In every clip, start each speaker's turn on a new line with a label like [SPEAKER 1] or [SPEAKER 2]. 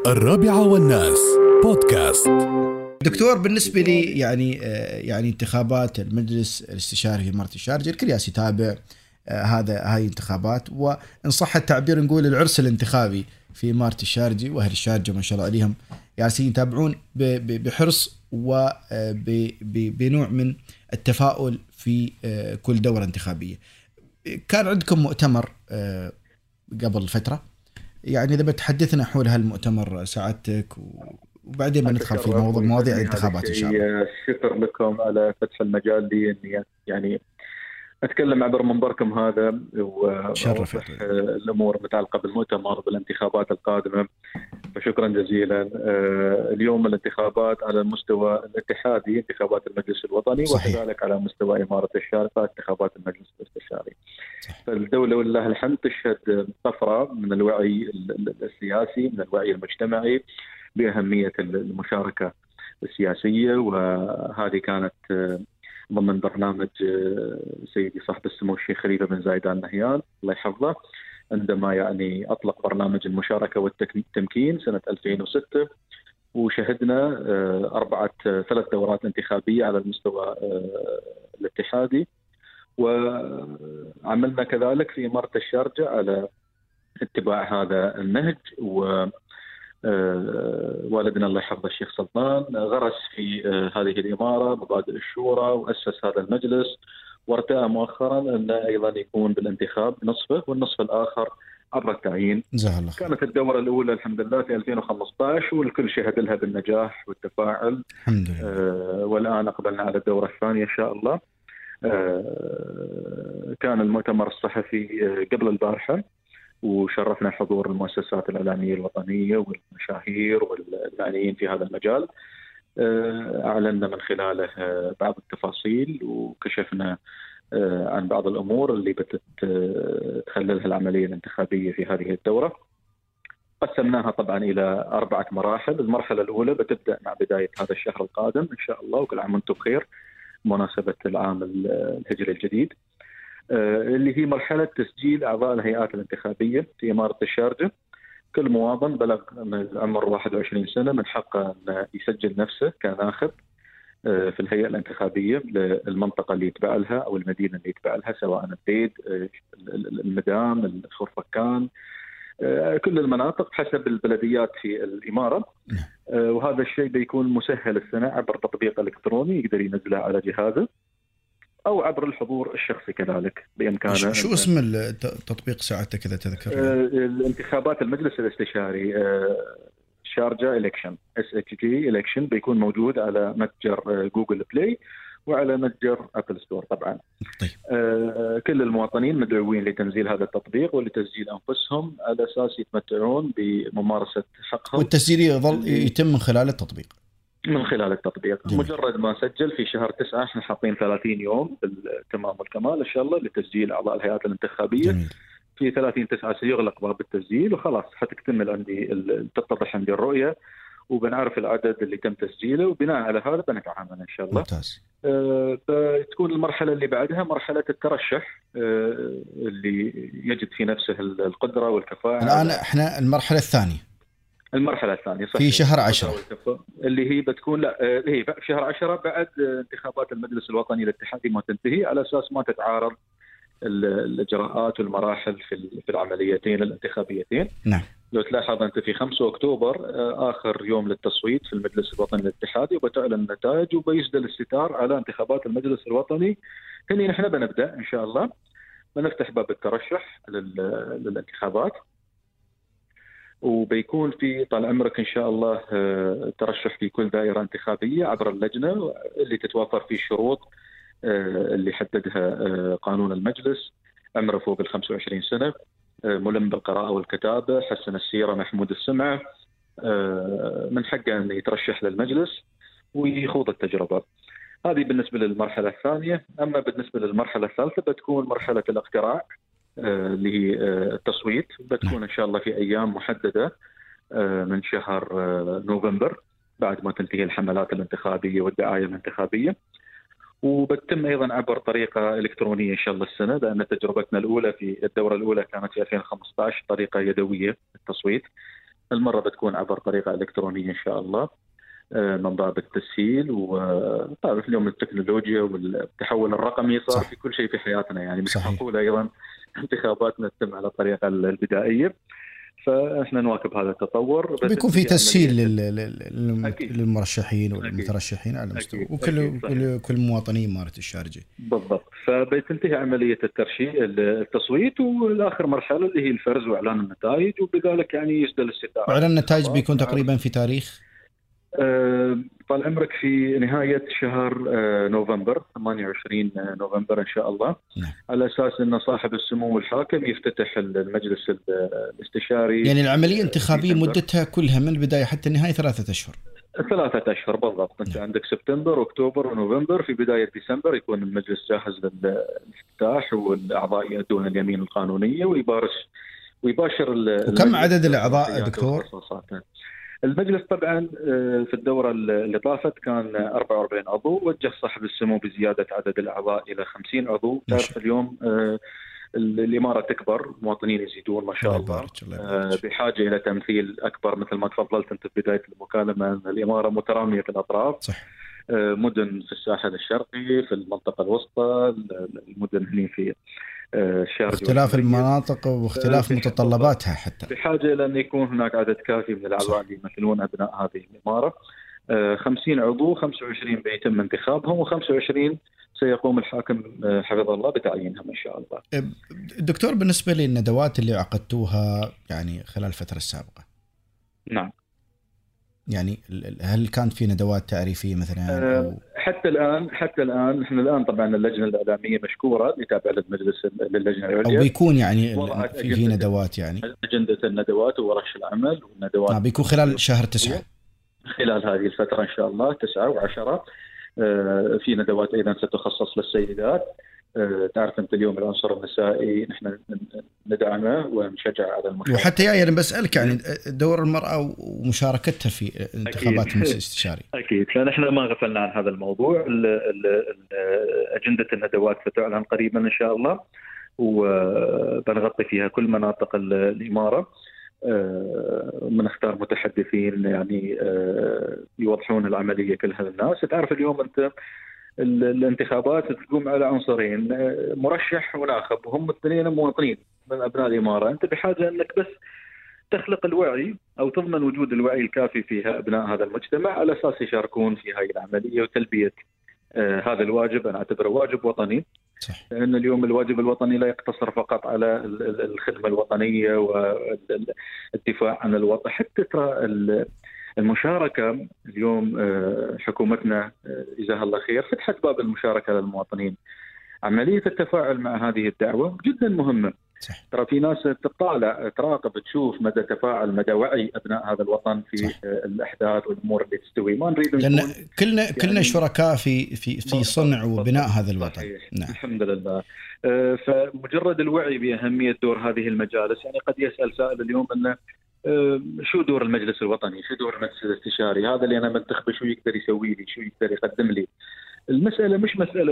[SPEAKER 1] الرابعة بودكاست.
[SPEAKER 2] دكتور، بالنسبة لي يعني انتخابات المجلس الاستشاري في إمارة الشارجة الكل يتابع هاي انتخابات، وإن صح التعبير نقول العرس الانتخابي في إمارة الشارجة، وأهل الشارجة ما شاء الله عليهم يتابعون بحرص وبنوع من التفاؤل في كل دورة انتخابية. كان عندكم مؤتمر قبل فترة، يعني إذا بتحدثنا حول هالمؤتمر سعادتك وبعدين بندخل في مواضيع الانتخابات إن شاء الله.
[SPEAKER 3] شكر لكم على فتح المجال لي إني يعني أتكلم عبر منبركم هذا وأوضح الأمور المتعلقة بالمؤتمر بالانتخابات القادمة. فشكرا جزيلا. اليوم الانتخابات على المستوى الاتحادي انتخابات المجلس الوطني، وكذلك على مستوى إمارة الشارقة انتخابات المجلس الاستشاري. فالدولة ولله الحمد تشهد طفرة من الوعي السياسي، من الوعي المجتمعي بأهمية المشاركة السياسية، وهذه كانت ضمن برنامج سيدي صاحب السمو الشيخ خليفة بن زايد آل نهيان الله يحفظه، عندما يعني أطلق برنامج المشاركة والتمكين سنة 2006، وشهدنا 3 دورات انتخابية على المستوى الاتحادي، وعملنا كذلك في إمارة الشارجة على اتباع هذا النهج. والدنا الله يحفظه الشيخ سلطان غرس في هذه الإمارة مبادئ الشورى وأسس هذا المجلس، وارتأى مؤخرا أن أيضا يكون بالانتخاب نصفه والنصف الآخر عبر التعيين. كانت الدورة الأولى الحمد لله في 2015 والكل شهد لها بالنجاح والتفاعل الحمد لله. والآن أقبلنا على الدورة الثانية إن شاء الله. كان المؤتمر الصحفي قبل البارحة، وشرفنا حضور المؤسسات الإعلامية الوطنية والمشاهير والمعنيين في هذا المجال. أعلنا من خلاله بعض التفاصيل وكشفنا عن بعض الأمور اللي بتتخللها العملية الانتخابية في هذه الدورة. قسمناها طبعا إلى 4 مراحل. المرحلة الأولى بتبدأ مع بداية هذا الشهر القادم إن شاء الله، وكل عام وانتم بخير مناسبة العام الهجري الجديد، اللي هي مرحلة تسجيل أعضاء الهيئات الانتخابية في إمارة الشارجة. كل مواطن بلغ من العمر 21 سنة من حقه أن يسجل نفسه كناخب في الهيئة الانتخابية للمنطقة اللي يتبع لها أو المدينة اللي يتبع لها، سواء البيد، المدام، الخرفكان، كل المناطق حسب البلديات في الإمارة. وهذا الشيء بيكون مسهل السنة عبر تطبيق إلكتروني يقدر ينزله على جهازه أو عبر الحضور الشخصي كذلك بإمكانه.
[SPEAKER 2] شو اسم التطبيق ساعتك إذا تذكر؟
[SPEAKER 3] الانتخابات المجلس الاستشاري شارجة إلكشن SHG إلكشن، بيكون موجود على متجر جوجل بلاي وعلى متجر أبل ستور طبعا.
[SPEAKER 2] طيب.
[SPEAKER 3] كل المواطنين مدعوين لتنزيل هذا التطبيق ولتسجيل أنفسهم على أساس يتمتعون بممارسة حقهم.
[SPEAKER 2] والتسجيل يتم من خلال التطبيق.
[SPEAKER 3] من خلال التطبيق.
[SPEAKER 2] جميل.
[SPEAKER 3] مجرد ما سجل في شهر 9 احنا حاطين 30 يوم بالتمام والكمال إن شاء الله لتسجيل أعضاء الهيئات الانتخابية.
[SPEAKER 2] جميل.
[SPEAKER 3] في 30/9 سيغلق باب التسجيل وخلاص حتكتمل عندي تتضح عندي الرؤية وبنعرف العدد اللي تم تسجيله، وبناء على هذا بنتعامل إن شاء الله.
[SPEAKER 2] ممتاز.
[SPEAKER 3] بتكون المرحلة اللي بعدها مرحلة الترشح اللي يجد في نفسه القدرة والكفاءة.
[SPEAKER 2] الآن احنا المرحلة الثانية
[SPEAKER 3] صحيح.
[SPEAKER 2] في شهر 10
[SPEAKER 3] اللي هي بتكون هي في شهر 10 بعد انتخابات المجلس الوطني الاتحادي ما تنتهي، على أساس ما تتعارض الإجراءات والمراحل في العمليتين الانتخابيتين.
[SPEAKER 2] نعم.
[SPEAKER 3] لو تلاحظ أنت في 5 أكتوبر آخر يوم للتصويت في المجلس الوطني الاتحادي، وبتعلن النتائج وبيسدل الستار على انتخابات المجلس الوطني. هني نحن بنبدأ إن شاء الله بنفتح باب الترشح للانتخابات، وبيكون في طال عمرك إن شاء الله ترشح في كل دائرة انتخابية عبر اللجنة اللي تتوافر فيه الشروط اللي حددها قانون المجلس. عمره فوق 25 سنة، ملم بالقراءة والكتابة، حسن السيرة، محمود السمعة، من حقه أن يترشح للمجلس ويخوض التجربة. هذه بالنسبة للمرحلة الثانية. أما بالنسبة للمرحلة الثالثة بتكون مرحلة الاقتراع اللي هي التصويت، بتكون إن شاء الله في أيام محددة من شهر نوفمبر بعد ما تنتهي الحملات الانتخابية والدعاية الانتخابية، وبتتم أيضا عبر طريقة إلكترونية إن شاء الله السنة، لأن تجربتنا الأولى في الدورة الأولى كانت في 2015 طريقة يدوية التصويت. المرة بتكون عبر طريقة إلكترونية إن شاء الله من باب التسهيل. وطبعا اليوم التكنولوجيا والتحول الرقمي صار في كل شيء في حياتنا، يعني مش معقول أيضا انتخاباتنا تتم على الطريقة البدائية. فاحنا نواكب هذا التطور.
[SPEAKER 2] بيكون في تسهيل للمرشحين والمترشحين على مستوى وكل مواطنين مارة الشارجة.
[SPEAKER 3] بالضبط. فبتنتهي عملية التصويت، والآخر مرحلة اللي هي الفرز وإعلان النتائج، وبذلك يعني يسدل استطاعة.
[SPEAKER 2] وإعلان النتائج بيكون تقريبا في تاريخ
[SPEAKER 3] طال عمرك في نهاية شهر نوفمبر، 28 نوفمبر إن شاء الله. على أساس أن صاحب السمو الحاكم يفتتح المجلس الاستشاري.
[SPEAKER 2] يعني العملية الانتخابية مدتها كلها من البداية حتى النهاية 3 أشهر.
[SPEAKER 3] 3 أشهر بالضبط. أنت عندك سبتمبر أكتوبر ونوفمبر، في بداية ديسمبر يكون المجلس جاهز للافتتاح، والأعضاء يأدون اليمين القانونية ويباشر.
[SPEAKER 2] وكم عدد الأعضاء دكتور؟
[SPEAKER 3] المجلس طبعا في الدورة اللي طافت كان 44 عضو، وجه صاحب السمو بزيادة عدد الأعضاء إلى 50 عضو. تعرف اليوم الإمارة تكبر، مواطنين يزيدون ما شاء الله، بحاجة إلى تمثيل أكبر. مثل ما تفضلت أنت في بداية المكالمة، الإمارة مترامية في الأطراف.
[SPEAKER 2] صح.
[SPEAKER 3] مدن في الساحل الشرقي، في المنطقة الوسطى، المدن هنا في
[SPEAKER 2] اختلاف المناطق واختلاف متطلباتها، حتى
[SPEAKER 3] بحاجة إلى أن يكون هناك عدد كافي من الأعضاء اللي يمثلون أبناء هذه الإمارة. 50 عضو، 25 بيتم انتخابهم، و25 سيقوم الحاكم حفظه الله بتعيينهم إن شاء الله.
[SPEAKER 2] دكتور، بالنسبة للندوات اللي عقدتوها يعني خلال الفترة السابقة،
[SPEAKER 3] نعم،
[SPEAKER 2] يعني هل كانت في ندوات تعريفية مثلا؟
[SPEAKER 3] حتى الآن احنا الآن طبعا اللجنة الإعلامية مشكورة اللي تابعة للجنة العليا،
[SPEAKER 2] أو بيكون يعني في ندوات، يعني
[SPEAKER 3] أجندة الندوات وورش العمل والندوات
[SPEAKER 2] بيكون خلال شهر 9،
[SPEAKER 3] خلال هذه الفترة إن شاء الله 9 و10. في ندوات أيضا ستخصص للسيدات. تعرف أنت اليوم العنصر النسائي نحن ندعمه ونشجع على المشاركة.
[SPEAKER 2] وحتى يعني بسألك يعني دور المرأة ومشاركتها في انتخابات المجلس الاستشاري.
[SPEAKER 3] أكيد، فنحن ما غفلنا عن هذا الموضوع. أجندة الندوات ستعلن قريبا إن شاء الله، وبنغطي فيها كل مناطق الإمارة. بنختار متحدثين يعني يوضحون العملية كلها للناس. تعرف اليوم أنت الانتخابات تقوم على عنصرين، مرشح وناخب، وهم الاثنين مواطنين من أبناء الإمارة. أنت بحاجة أنك بس تخلق الوعي أو تضمن وجود الوعي الكافي فيها أبناء هذا المجتمع، على أساس يشاركون في هذه العملية وتلبية هذا الواجب. أنا أعتبره واجب وطني.
[SPEAKER 2] صح.
[SPEAKER 3] لأن اليوم الواجب الوطني لا يقتصر فقط على الخدمة الوطنية والدفاع عن الوطن، حتى ترى المشاركة. اليوم حكومتنا جزاها الله خير فتحت باب المشاركة للمواطنين. عملية التفاعل مع هذه الدعوة جدا مهمة.
[SPEAKER 2] صح.
[SPEAKER 3] ترى في ناس تطالع تراقب تشوف مدى تفاعل مدى وعي أبناء هذا الوطن في
[SPEAKER 2] صح.
[SPEAKER 3] الأحداث والأمور اللي تستوي. ما نريد
[SPEAKER 2] لأن كلنا شركاء في صنع وبناء هذا الوطن.
[SPEAKER 3] نعم. الحمد لله. فمجرد الوعي بأهمية دور هذه المجالس، يعني قد يسأل سائل اليوم أنه شو دور المجلس الوطني، شو دور المجلس الاستشاري، هذا اللي أنا منتخبه شو يقدر يسوي لي، شو يقدر يقدم لي. المسألة مش مسألة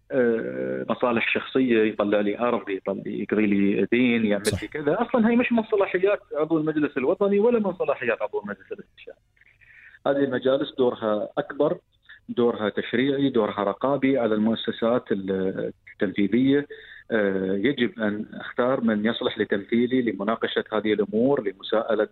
[SPEAKER 3] مصالح شخصية، يطلع لي أرض، يقضي لي دين، يعمل لي كذا. أصلا هي مش من صلاحيات عضو المجلس الوطني ولا من صلاحيات عضو المجلس الاستشاري. هذه المجالس دورها أكبر، دورها تشريعي، دورها رقابي على المؤسسات التنفيذية. يجب أن أختار من يصلح لتمثيلي لمناقشة هذه الأمور، لمساءلة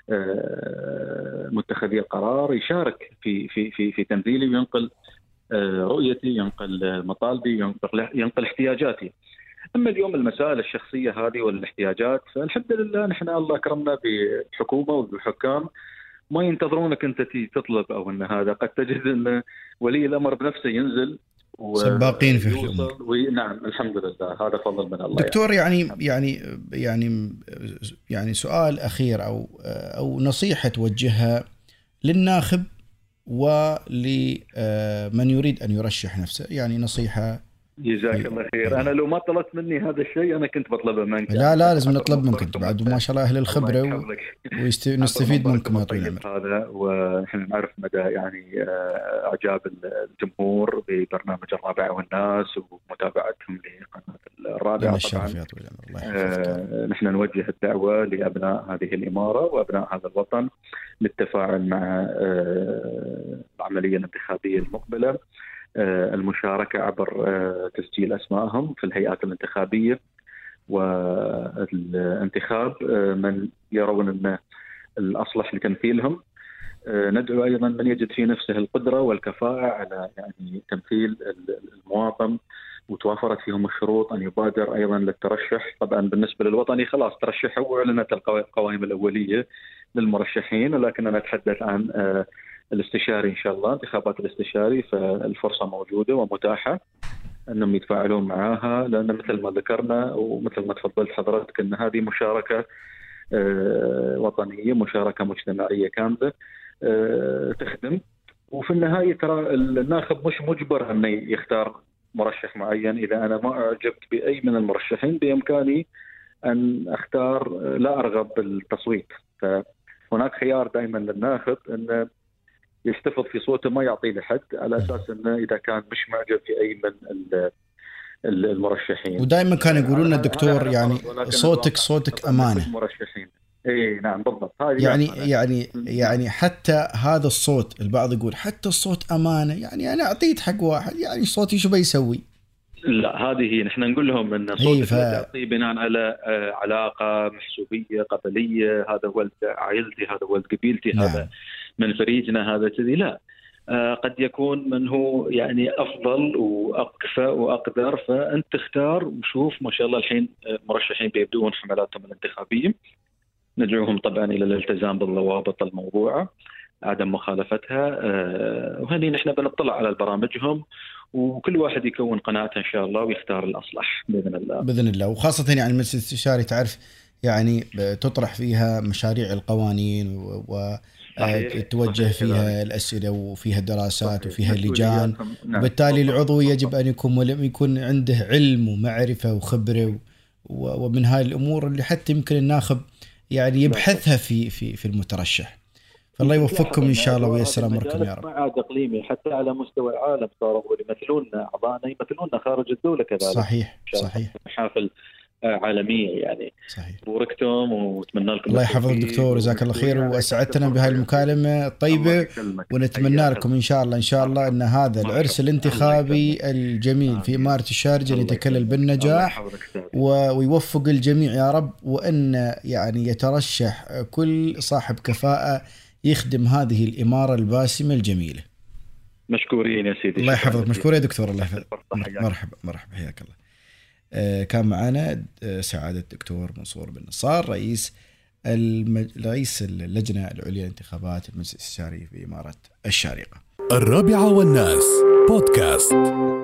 [SPEAKER 3] متخذي القرار، يشارك في تمثيلي وينقل رؤيتي، ينقل مطالبي، ينقل احتياجاتي. أما اليوم المسائل الشخصية هذه والاحتياجات، فالحمد لله نحن الله أكرمنا بحكومة وبحكام ما ينتظرونك أنت تطلب أو أن هذا. قد تجد أن ولي الأمر بنفسه ينزل
[SPEAKER 2] سباقين في الأمور.
[SPEAKER 3] نعم الحمد لله، هذا فضل من الله.
[SPEAKER 2] دكتور، يعني سؤال أخير أو نصيحة توجهها للناخب ولمن يريد أن يرشح نفسه، يعني نصيحة
[SPEAKER 3] جزاك الله خير. أنا لو ما طلبت مني هذا الشيء أنا كنت بطلبه منك.
[SPEAKER 2] لا لازم نطلب منك أنت بعد، وما شاء الله أهل الخبرة ونستفيد منكم يا طويل العمر.
[SPEAKER 3] هذا ونحن نعرف مدى يعني إعجاب الجمهور ببرنامج الرابعة والناس ومتابعتهم لقناة الرابعة. طبعا نحن نوجه الدعوة لأبناء هذه الإمارة وأبناء هذا الوطن للتفاعل مع العملية الانتخابية المقبلة، المشاركة عبر تسجيل أسمائهم في الهيئات الانتخابية والانتخاب من يرون أن الأصلح لتمثيلهم. ندعو أيضا من يجد في نفسه القدرة والكفاءة على يعني تمثيل المواطن وتوافرت فيهم الشروط أن يبادر أيضا للترشح. طبعا بالنسبة للوطني خلاص ترشحوا وأعلنت القوائم الأولية للمرشحين، ولكن أنا أتحدث عن الاستشاري إن شاء الله، انتخابات الاستشاري، فالفرصة موجودة ومتاحة أنهم يتفاعلون معها، لأن مثل ما ذكرنا ومثل ما تفضلت حضرتك أن هذه مشاركة وطنية، مشاركة مجتمعية كاملة تخدم. وفي النهاية ترى الناخب مش مجبر أن يختار مرشح معين. إذا أنا ما أعجبت بأي من المرشحين بإمكاني أن أختار لا أرغب بالتصويت. فهناك خيار دائما للناخب أن يستفض في صوته، ما يعطيه لحد، على أساس أنه إذا كان مش معجب في أي من المرشحين.
[SPEAKER 2] ودائما كانوا يقولون لنا الدكتور يعني صوتك أمانة.
[SPEAKER 3] المرشحين اي نعم بالضبط.
[SPEAKER 2] يعني حتى هذا الصوت البعض يقول حتى الصوت أمانة، يعني أنا أعطيت حق واحد، يعني صوتي شو بيسوي؟
[SPEAKER 3] لا هذه نحن نقول لهم ان صوتك تعطيه بناء على علاقة محسوبية قبلية، هذا ولد عائلتي، هذا ولد قبيلتي،
[SPEAKER 2] نعم.
[SPEAKER 3] هذا من فريجنا، هذا كذي. لا قد يكون من هو يعني أفضل وأكفأ وأقدر، فأنت تختار وشوف. ما شاء الله الحين مرشحين بيبدون حملاتهم الانتخابية، ندعوهم طبعا إلى الالتزام بالضوابط الموضوعة، عدم مخالفتها. وهني نحن بنطلع على برامجهم، وكل واحد يكون قناعته إن شاء الله ويختار الأصلح بإذن الله.
[SPEAKER 2] وخاصة يعني المجلس الاستشاري تعرف يعني تطرح فيها مشاريع القوانين وتوجه فيها الأسئلة وفيها دراسات وفيها لجان، وبالتالي العضو يجب أن يكون عنده علم ومعرفة وخبرة ومن هاي الأمور اللي حتى يمكن الناخب يعني يبحثها في المترشح. فالله يوفقكم إن شاء الله وييسر أمركم يا رب.
[SPEAKER 3] ما عاد إقليمي، حتى على مستوى العالم صاروا يمثلوننا أعضاءنا يمثلوننا خارج الدولة كذلك.
[SPEAKER 2] صحيح.
[SPEAKER 3] حافل عالمية يعني.
[SPEAKER 2] صحيح.
[SPEAKER 3] بوركتم واتمنى لكم
[SPEAKER 2] الله يحفظك دكتور، جزاك الله خير، وأسعدتنا بهاي المكالمة الطيبة، ونتمنى لكم إن شاء الله أن هذا العرس الانتخابي الجميل في إمارة الشارجة يتكلل بالنجاح ويوفق الجميع يا رب، وأن يعني يترشح كل صاحب كفاءة يخدم هذه الإمارة الباسمة الجميلة.
[SPEAKER 3] مشكورين يا سيدي.
[SPEAKER 2] الله يحفظك. مشكور يا دكتور. الله يحفظك. مرحبا حياك الله. كان معنا سعادة الدكتور منصور بن نصار، رئيس اللجنة العليا لانتخابات المجلس الاستشاري في إمارة الشارقة.
[SPEAKER 1] الرابعة والناس بودكاست.